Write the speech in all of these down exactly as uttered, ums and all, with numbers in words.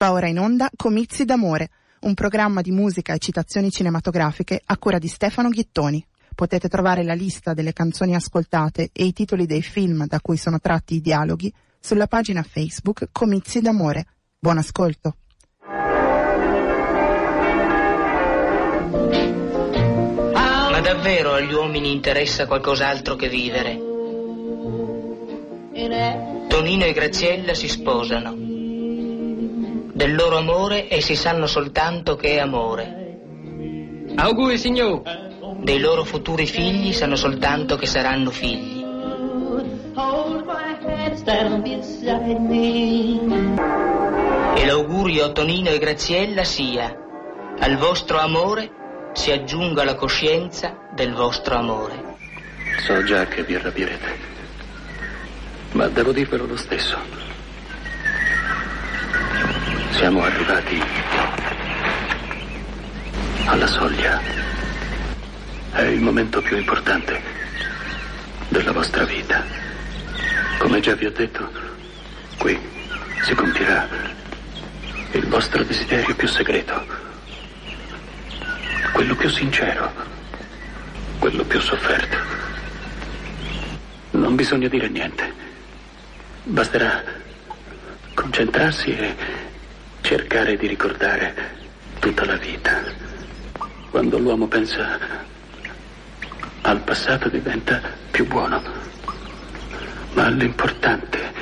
Va ora in onda Comizi d'amore, un programma di musica e citazioni cinematografiche a cura di Stefano Ghittoni. Potete trovare la lista delle canzoni ascoltate e i titoli dei film da cui sono tratti i dialoghi sulla pagina Facebook Comizi d'amore. Buon ascolto. Ma davvero agli uomini interessa qualcos'altro che vivere? Tonino e Graziella si sposano. Del loro amore essi sanno soltanto che è amore. Auguri, signor. Dei loro futuri figli sanno soltanto che saranno figli. E l'augurio a Tonino e Graziella sia: al vostro amore si aggiunga la coscienza del vostro amore. So già che vi arrabbierete, ma devo dirvelo lo stesso. Siamo arrivati alla soglia. È il momento più importante della vostra vita. Come già vi ho detto, qui si compierà il vostro desiderio più segreto, quello più sincero, quello più sofferto. Non bisogna dire niente. Basterà concentrarsi e cercare di ricordare tutta la vita. Quando l'uomo pensa al passato diventa più buono, ma l'importante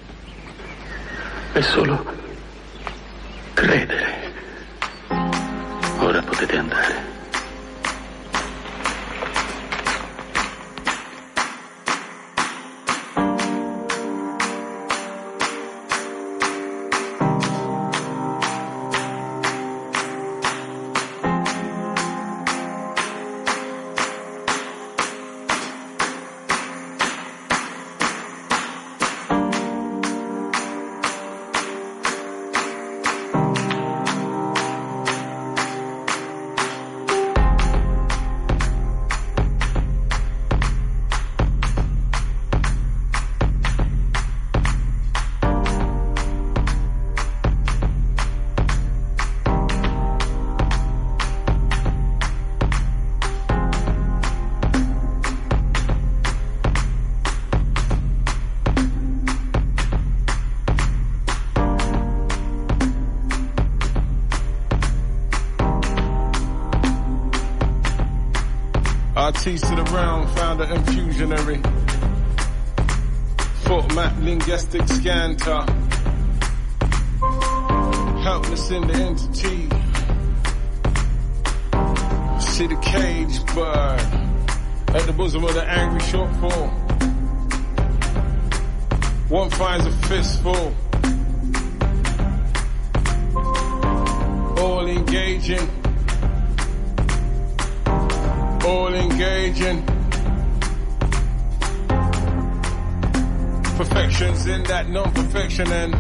è solo credere. Ora potete andare. Artiste to the round, founder and fusionary. Foot map, linguistic scanter. Helpless in the entity. See the cage bird at the bosom of the angry shortfall. One finds a fistful. All engaging. All engaging. Perfection's in that non-perfection, and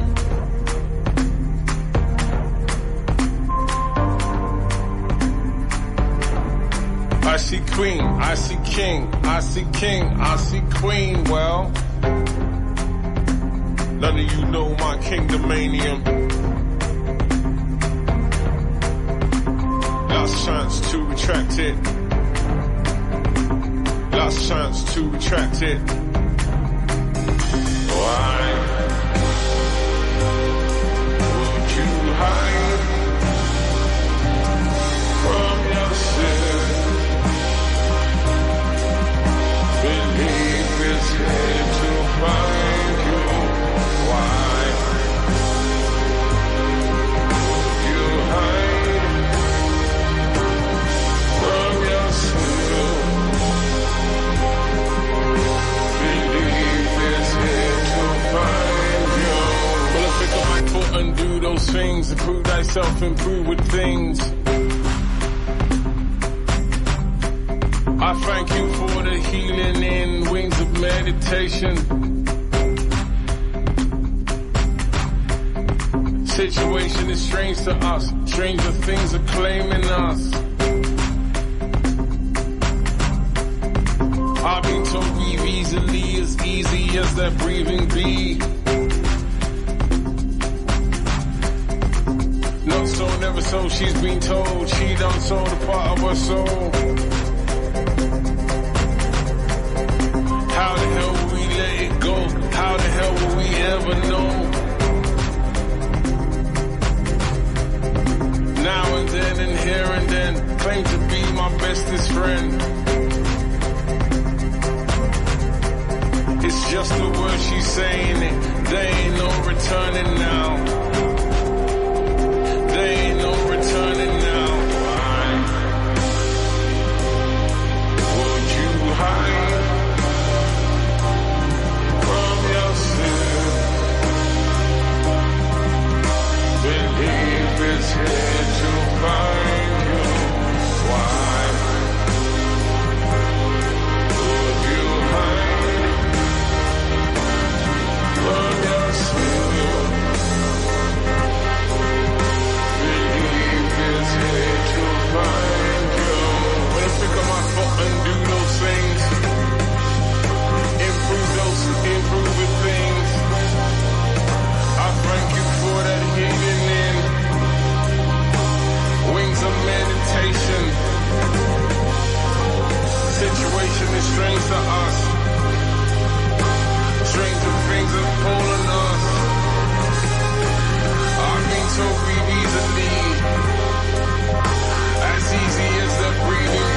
I see queen, I see king, I see king, I see queen. Well, none of you know my kingdomanium. Last chance to retract it. Last chance to retract it. Why would you hide from yourself? Believe it's here to find you. Why would you hide from yourself? Undo those things, improve thyself, improve with things. I thank you for the healing in wings of meditation. Situation is strange to us, stranger things are claiming us. I've been told breathe easily, as easy as that breathing be. Ever so she's been told she done sold a part of her soul. How the hell will we let it go? How the hell will we ever know? Now and then and here and then, claim to be my bestest friend. It's just the word she's saying it. There ain't no returning now. There ain't no returning now. Why would you hide from yourself? Believe it's here to find you. Why would you hide from yourself? Believe it's here to find you. When I pick up my foot and do those things, improve those improving things, I thank you for that healing in wings of meditation. Situation is strange to us. Stranger things have fallen us. I've been told breathe easily, as easy as the breathing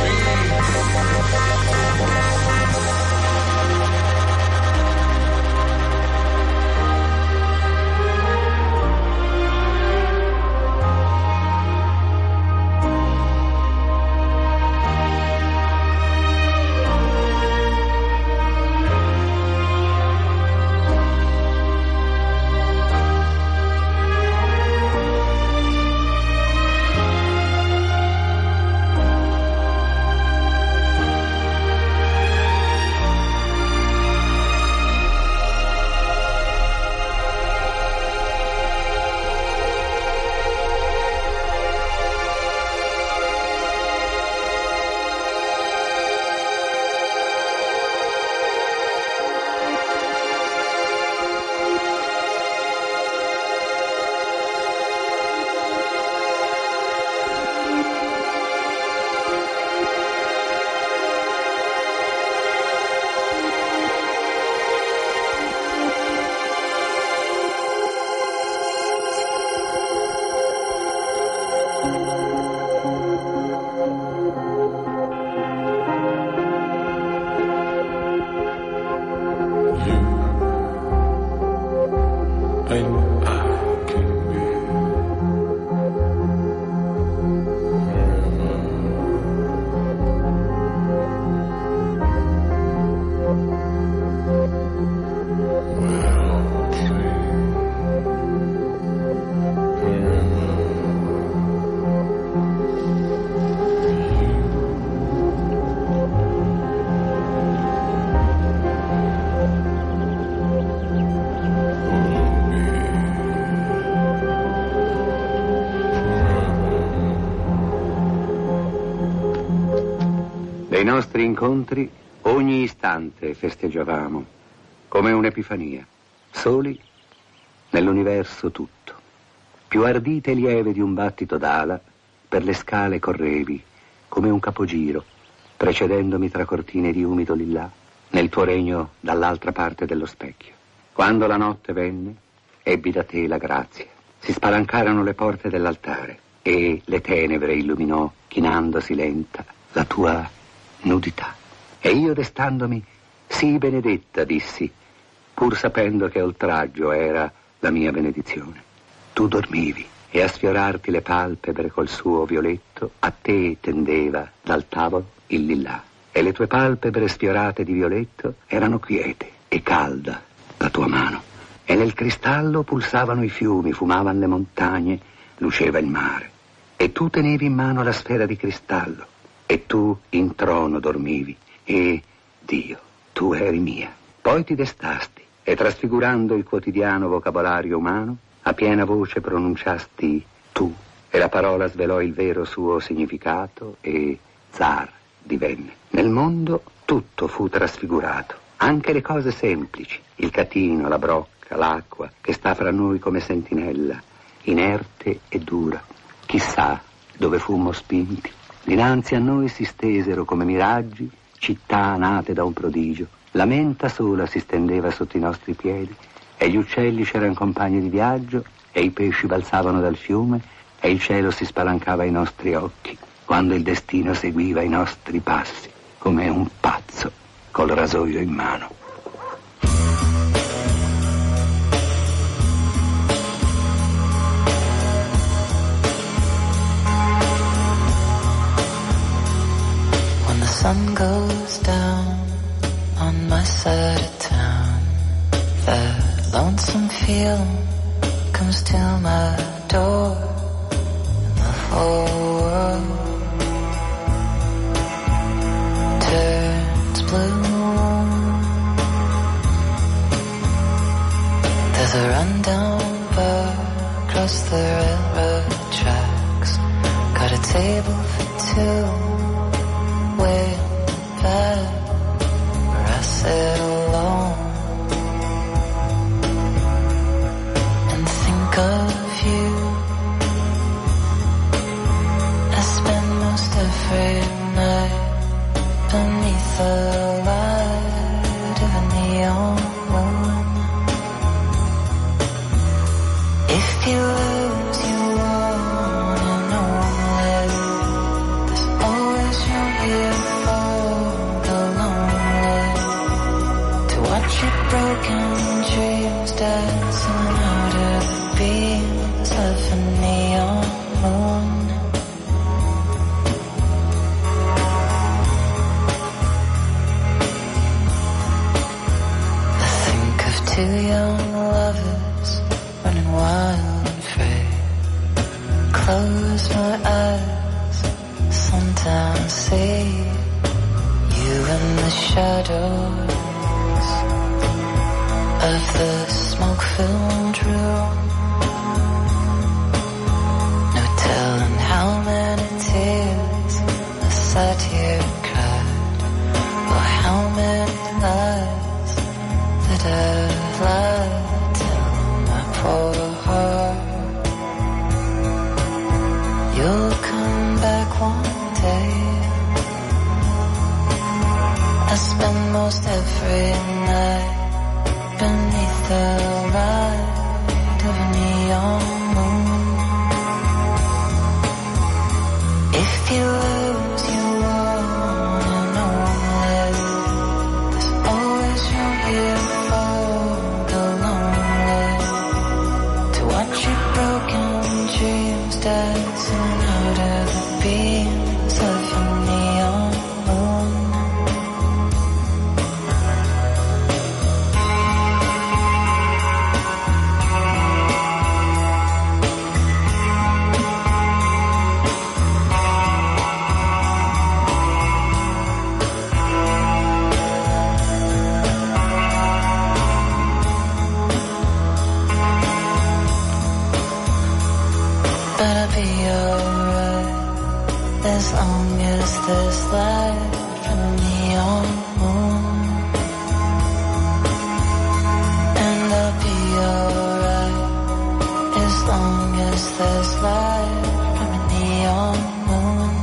Dei nostri incontri ogni istante festeggiavamo, come un'epifania, soli nell'universo tutto. Più ardite e lieve di un battito d'ala, per le scale correvi, come un capogiro, precedendomi tra cortine di umido lillà, nel tuo regno dall'altra parte dello specchio. Quando la notte venne, ebbi da te la grazia. Si spalancarono le porte dell'altare e le tenebre illuminò, chinandosi lenta, la tua nudità. E io destandomi, sii benedetta, dissi, pur sapendo che oltraggio era la mia benedizione. Tu dormivi e a sfiorarti le palpebre col suo violetto a te tendeva dal tavolo il lillà. E le tue palpebre sfiorate di violetto erano quiete e calda la tua mano. E nel cristallo pulsavano i fiumi, fumavano le montagne, luceva il mare. E tu tenevi in mano la sfera di cristallo. E tu in trono dormivi, e, Dio, tu eri mia. Poi ti destasti, e trasfigurando il quotidiano vocabolario umano, a piena voce pronunciasti tu, e la parola svelò il vero suo significato, e Zar divenne. Nel mondo tutto fu trasfigurato, anche le cose semplici, il catino, la brocca, l'acqua, che sta fra noi come sentinella, inerte e dura. Chissà dove fummo spinti. Dinanzi a noi si stesero come miraggi città nate da un prodigio. La menta sola si stendeva sotto i nostri piedi e gli uccelli c'erano compagni di viaggio e i pesci balzavano dal fiume e il cielo si spalancava ai nostri occhi quando il destino seguiva i nostri passi come un pazzo col rasoio in mano. Sun goes down on my side of town. The lonesome feeling comes to my door, and the whole world turns blue. There's a rundown bar across the railroad tracks. Got a table for two. Way back where I sit alone and think of you. I spend most every night beneath the light of a neon moon. If you lose, you won, and only there's always room here for the lonely to watch your broken dreams dancing out of the beams of a neon moon. I think of two young lovers running wild and free. Close my eyes, sometimes see you in the shadows of the smoke-filled room. No telling how many tears I sat here and cried, or how many lies that I've lied to my poor heart. You'll come back one day. I spend most every night beneath the light of a neon moon. If you lose, you won, and only there's always room here for the lonely to watch your broken dreams dancing out of the beams of a neon moon. But I'll be alright as long as there's light from a neon moon. And I'll be alright as long as there's light from a neon moon.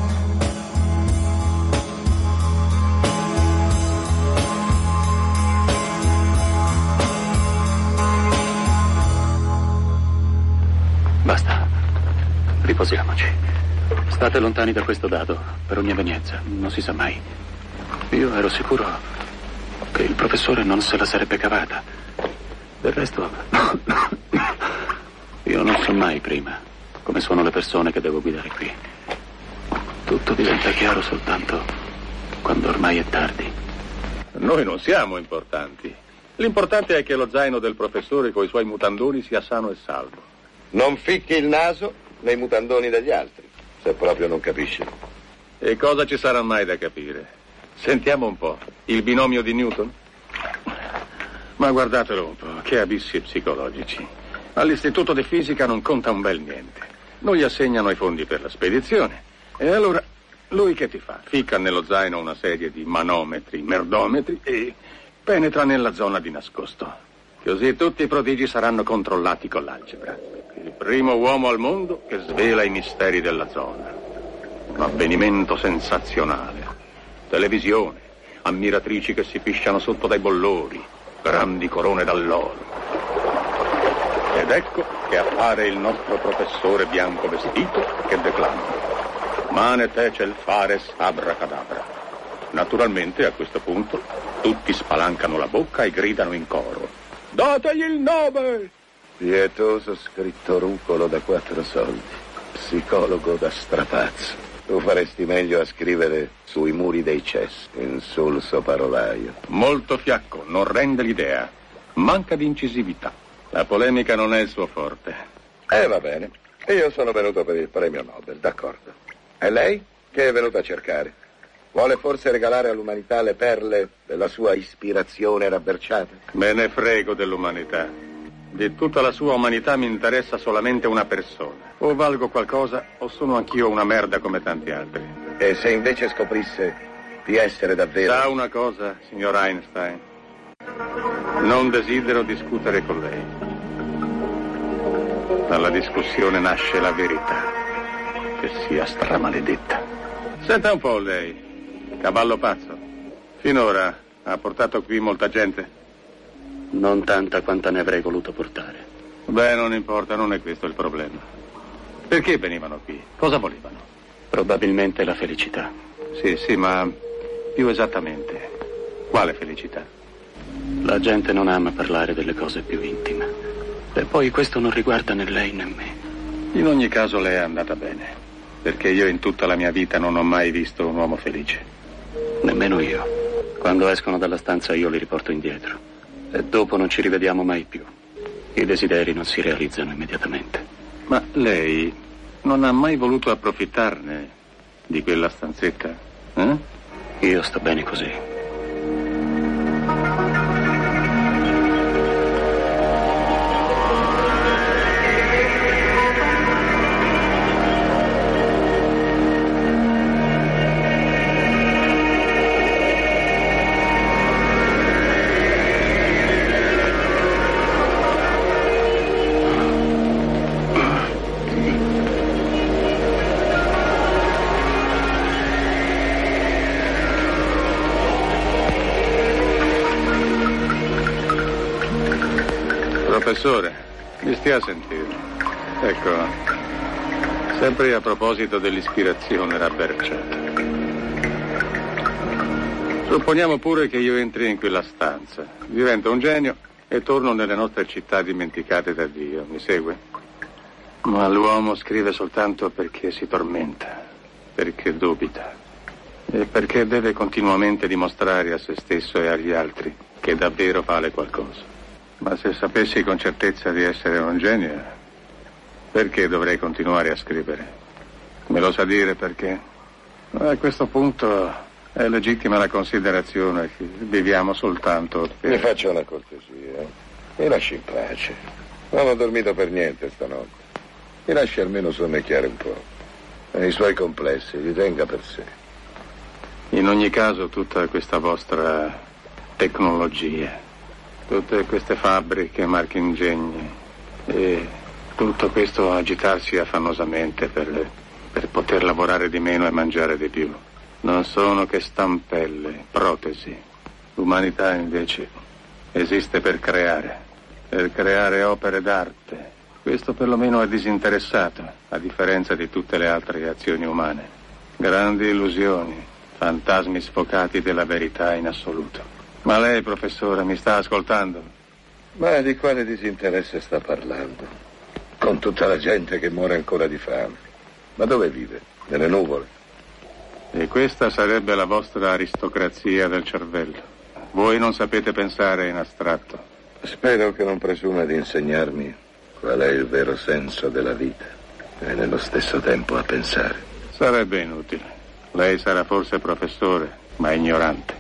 Basta. Riposiamoci. State lontani da questo dado, per ogni evenienza, non si sa mai. Io ero sicuro che il professore non se la sarebbe cavata. Del resto, io non so mai prima come sono le persone che devo guidare qui. Tutto diventa chiaro soltanto quando ormai è tardi. Noi non siamo importanti. L'importante è che lo zaino del professore coi suoi mutandoni sia sano e salvo. Non ficchi il naso nei mutandoni degli altri, se proprio non capisci. E cosa ci sarà mai da capire? Sentiamo un po'. Il binomio di Newton? Ma guardatelo un po', che abissi psicologici. All'istituto di fisica non conta un bel niente. Non gli assegnano i fondi per la spedizione. E allora, lui che ti fa? Ficca nello zaino una serie di manometri, merdometri e penetra nella zona di nascosto. Così tutti i prodigi saranno controllati con l'algebra. Il primo uomo al mondo che svela i misteri della zona. Un avvenimento sensazionale. Televisione, ammiratrici che si pisciano sotto dai bollori, grandi corone d'alloro. Ed ecco che appare il nostro professore bianco vestito che declama: Mane tecel fares abracadabra. Naturalmente a questo punto tutti spalancano la bocca e gridano in coro: dategli il nome! Pietoso scrittorucolo da quattro soldi, psicologo da strapazzo. Tu faresti meglio a scrivere sui muri dei cessi, insulso parolaio. Molto fiacco, non rende l'idea. Manca di incisività. La polemica non è il suo forte. Eh, va bene. Io sono venuto per il premio Nobel, d'accordo. E lei? Che è venuta a cercare? Vuole forse regalare all'umanità le perle della sua ispirazione rabberciata? Me ne frego dell'umanità. Di tutta la sua umanità mi interessa solamente una persona. O valgo qualcosa o sono anch'io una merda come tanti altri. E se invece scoprisse di essere davvero... Sa una cosa, signor Einstein? Non desidero discutere con lei. Dalla discussione nasce la verità, che sia stramaledetta. Senta un po' lei, cavallo pazzo. Finora ha portato qui molta gente? Non tanta quanta ne avrei voluto portare. Beh, non importa, non è questo il problema. Perché venivano qui? Cosa volevano? Probabilmente la felicità. Sì, sì, ma più esattamente, quale felicità? La gente non ama parlare delle cose più intime. E poi questo non riguarda né lei né me. In ogni caso lei è andata bene, perché io in tutta la mia vita non ho mai visto un uomo felice. Nemmeno io. Quando escono dalla stanza io li riporto indietro. E dopo non ci rivediamo mai più. I desideri non si realizzano immediatamente. Ma lei non ha mai voluto approfittarne di quella stanzetta? Eh? Io sto bene così. Professore, mi stia a sentire. Ecco, sempre a proposito dell'ispirazione rabberciata. Supponiamo pure che io entri in quella stanza, divento un genio e torno nelle nostre città dimenticate da Dio, mi segue? Ma l'uomo scrive soltanto perché si tormenta, perché dubita e perché deve continuamente dimostrare a se stesso e agli altri che davvero vale qualcosa. Ma se sapessi con certezza di essere un genio, perché dovrei continuare a scrivere? Me lo sa dire perché? A questo punto è legittima la considerazione che viviamo soltanto per... Mi faccia una cortesia, mi lasci in pace. Non ho dormito per niente stanotte. Mi lasci almeno sonnecchiare un po'. E i suoi complessi li tenga per sé. In ogni caso tutta questa vostra tecnologia, tutte queste fabbriche, marchingegni e tutto questo agitarsi affannosamente per, per poter lavorare di meno e mangiare di più. Non sono che stampelle, protesi. L'umanità invece esiste per creare, per creare opere d'arte. Questo perlomeno è disinteressato, a differenza di tutte le altre azioni umane. Grandi illusioni, fantasmi sfocati della verità in assoluto. Ma lei, professore, mi sta ascoltando? Ma di quale disinteresse sta parlando? Con tutta la gente che muore ancora di fame. Ma dove vive? Nelle nuvole? E questa sarebbe la vostra aristocrazia del cervello. Voi non sapete pensare in astratto. Spero che non presuma di insegnarmi qual è il vero senso della vita e nello stesso tempo a pensare. Sarebbe inutile. Lei sarà forse professore, ma ignorante.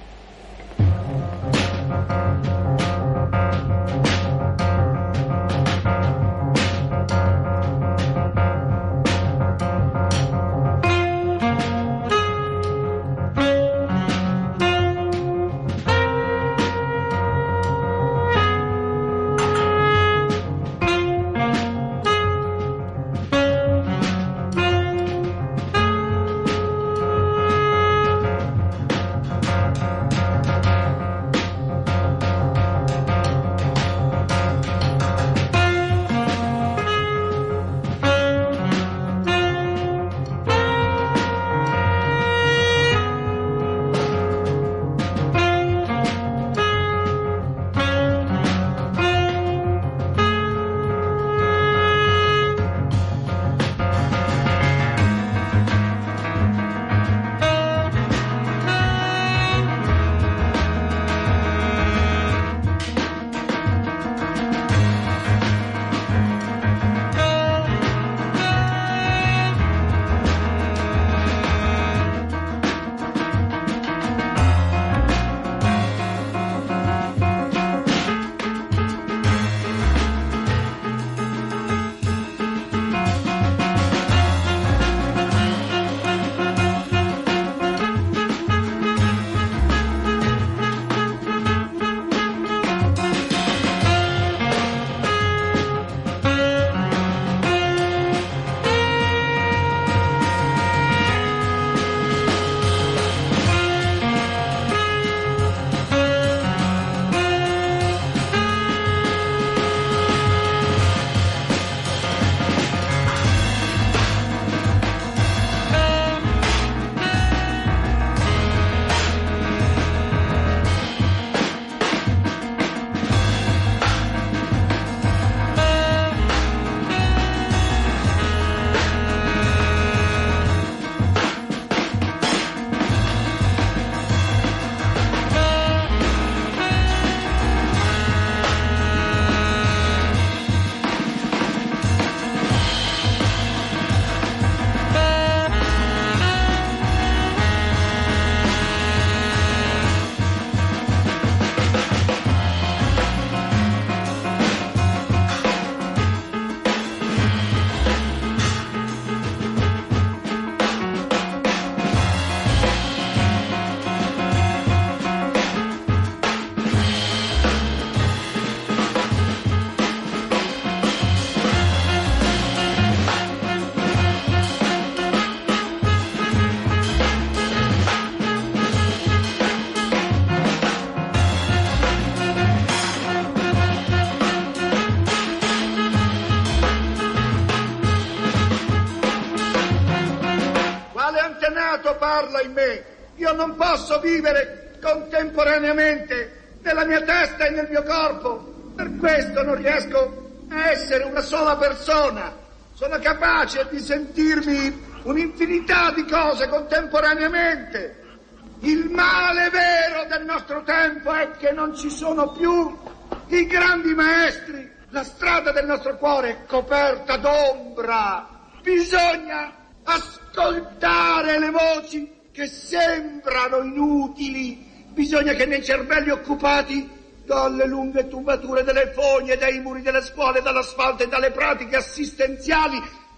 parla in me. Io non posso vivere contemporaneamente nella mia testa e nel mio corpo. Per questo non riesco a essere una sola persona. Sono capace di sentirmi un'infinità di cose contemporaneamente. Il male vero del nostro tempo è che non ci sono più i grandi maestri. La strada del nostro cuore è coperta d'ombra. Bisogna ascoltare le voci che sembrano inutili. Bisogna che nei cervelli occupati dalle lunghe tubature delle fogne, dai muri delle scuole, dall'asfalto e dalle pratiche assistenziali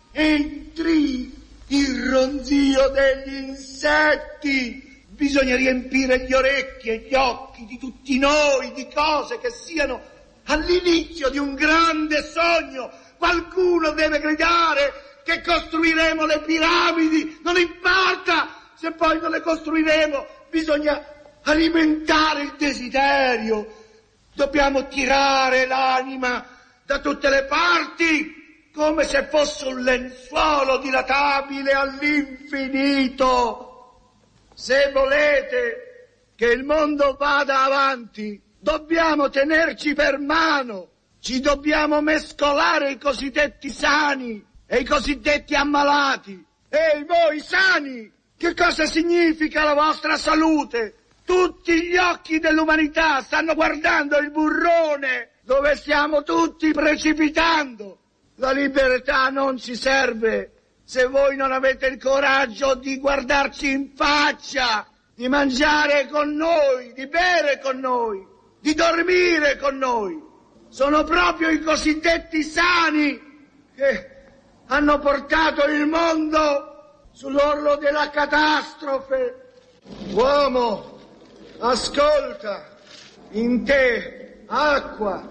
entri il ronzio degli insetti. Bisogna riempire gli orecchi e gli occhi di tutti noi di cose che siano all'inizio di un grande sogno. Qualcuno deve gridare che costruiremo le piramidi, non importa se poi non le costruiremo, bisogna alimentare il desiderio, dobbiamo tirare l'anima da tutte le parti come se fosse un lenzuolo dilatabile all'infinito. Se volete che il mondo vada avanti, dobbiamo tenerci per mano, ci dobbiamo mescolare i cosiddetti sani e i cosiddetti ammalati. Ehi, voi sani, che cosa significa la vostra salute? Tutti gli occhi dell'umanità stanno guardando il burrone dove stiamo tutti precipitando. La libertà non ci serve se voi non avete il coraggio di guardarci in faccia, di mangiare con noi, di bere con noi, di dormire con noi. Sono proprio i cosiddetti sani che hanno portato il mondo sull'orlo della catastrofe. Uomo, ascolta, in te acqua,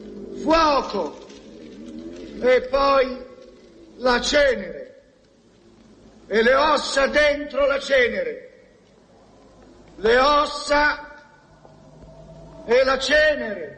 fuoco e poi la cenere e le ossa dentro la cenere, le ossa e la cenere.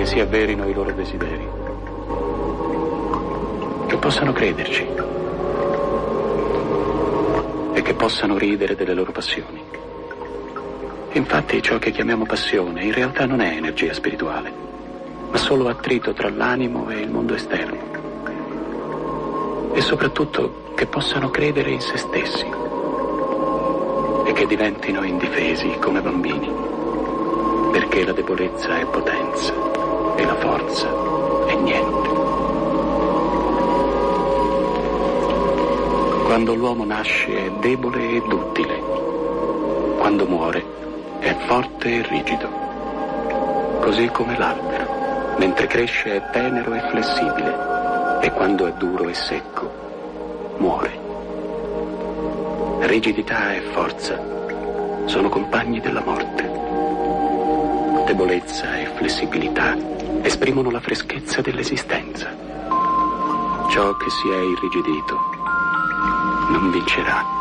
che si avverino i loro desideri, che possano crederci e che possano ridere delle loro passioni. Infatti ciò che chiamiamo passione in realtà non è energia spirituale, ma solo attrito tra l'animo e il mondo esterno. E soprattutto che possano credere in se stessi e che diventino indifesi come bambini, perché la debolezza è potenza e la forza è niente. Quando l'uomo nasce è debole e duttile, quando muore è forte e rigido, così come l'albero, mentre cresce è tenero e flessibile, e quando è duro e secco muore. Rigidità e forza sono compagni della morte. Debolezza e flessibilità esprimono la freschezza dell'esistenza. Ciò che si è irrigidito non vincerà.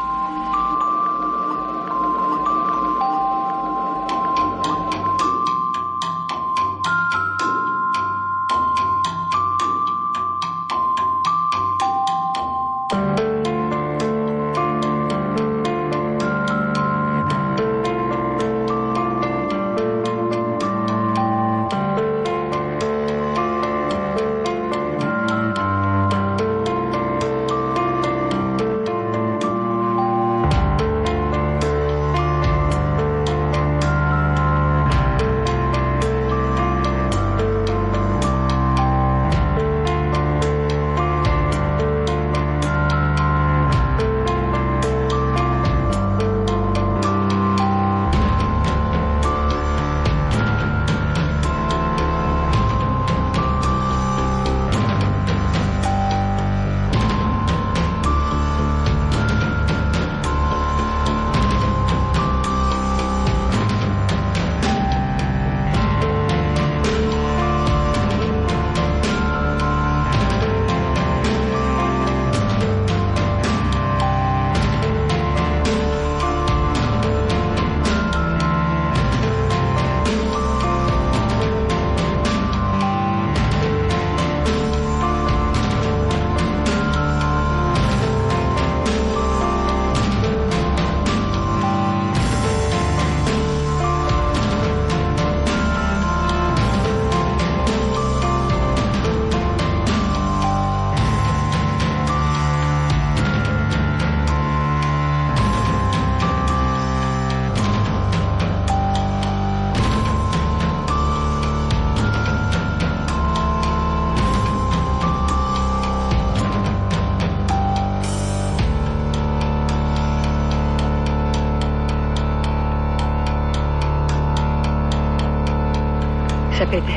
Sapete,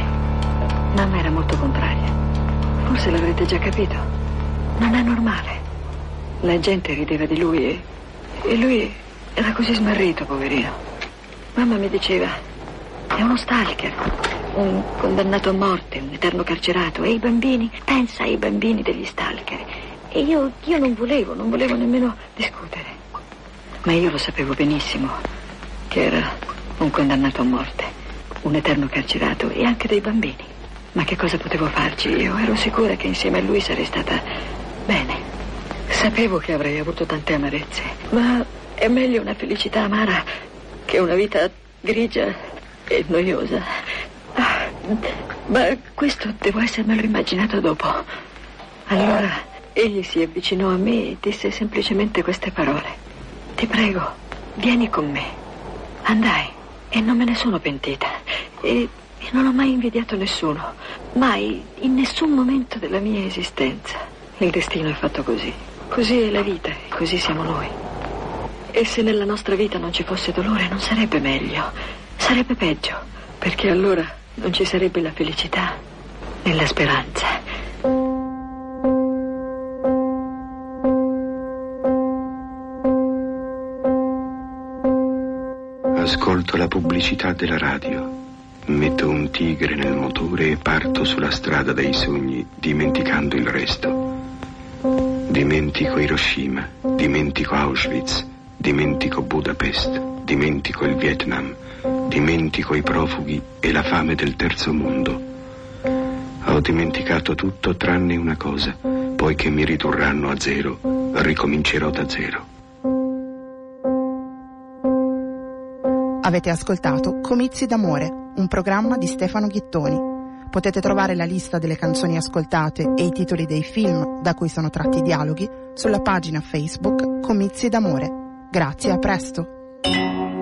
mamma era molto contraria. Forse l'avrete già capito. Non è normale. La gente rideva di lui e, e lui era così smarrito, poverino. Mamma mi diceva, è uno stalker, un condannato a morte, un eterno carcerato. E i bambini, pensa ai bambini degli stalker. E io, io non volevo, non volevo nemmeno discutere. Ma io lo sapevo benissimo che era un condannato a morte, un eterno carcerato e anche dei bambini. Ma che cosa potevo farci? Io ero sicura che insieme a lui sarei stata bene. Sapevo che avrei avuto tante amarezze, ma è meglio una felicità amara che una vita grigia e noiosa. Ah, ma questo devo essermelo immaginato dopo. Allora egli si avvicinò a me e disse semplicemente queste parole: ti prego, vieni con me. Andai e non me ne sono pentita e, e non ho mai invidiato nessuno, mai, in nessun momento della mia esistenza. Il destino è fatto così, così è la vita e così siamo noi. E se nella nostra vita non ci fosse dolore non sarebbe meglio, sarebbe peggio, perché allora non ci sarebbe la felicità né la speranza. Ascolto la pubblicità della radio, metto un tigre nel motore e parto sulla strada dei sogni, dimenticando il resto. Dimentico Hiroshima, dimentico Auschwitz, dimentico Budapest, dimentico il Vietnam, dimentico i profughi e la fame del terzo mondo. Ho dimenticato tutto tranne una cosa. Poi che mi ridurranno a zero, ricomincerò da zero. Avete ascoltato Comizi d'amore, un programma di Stefano Ghittoni. Potete trovare la lista delle canzoni ascoltate e i titoli dei film da cui sono tratti i dialoghi sulla pagina Facebook Comizi d'amore. Grazie, a presto.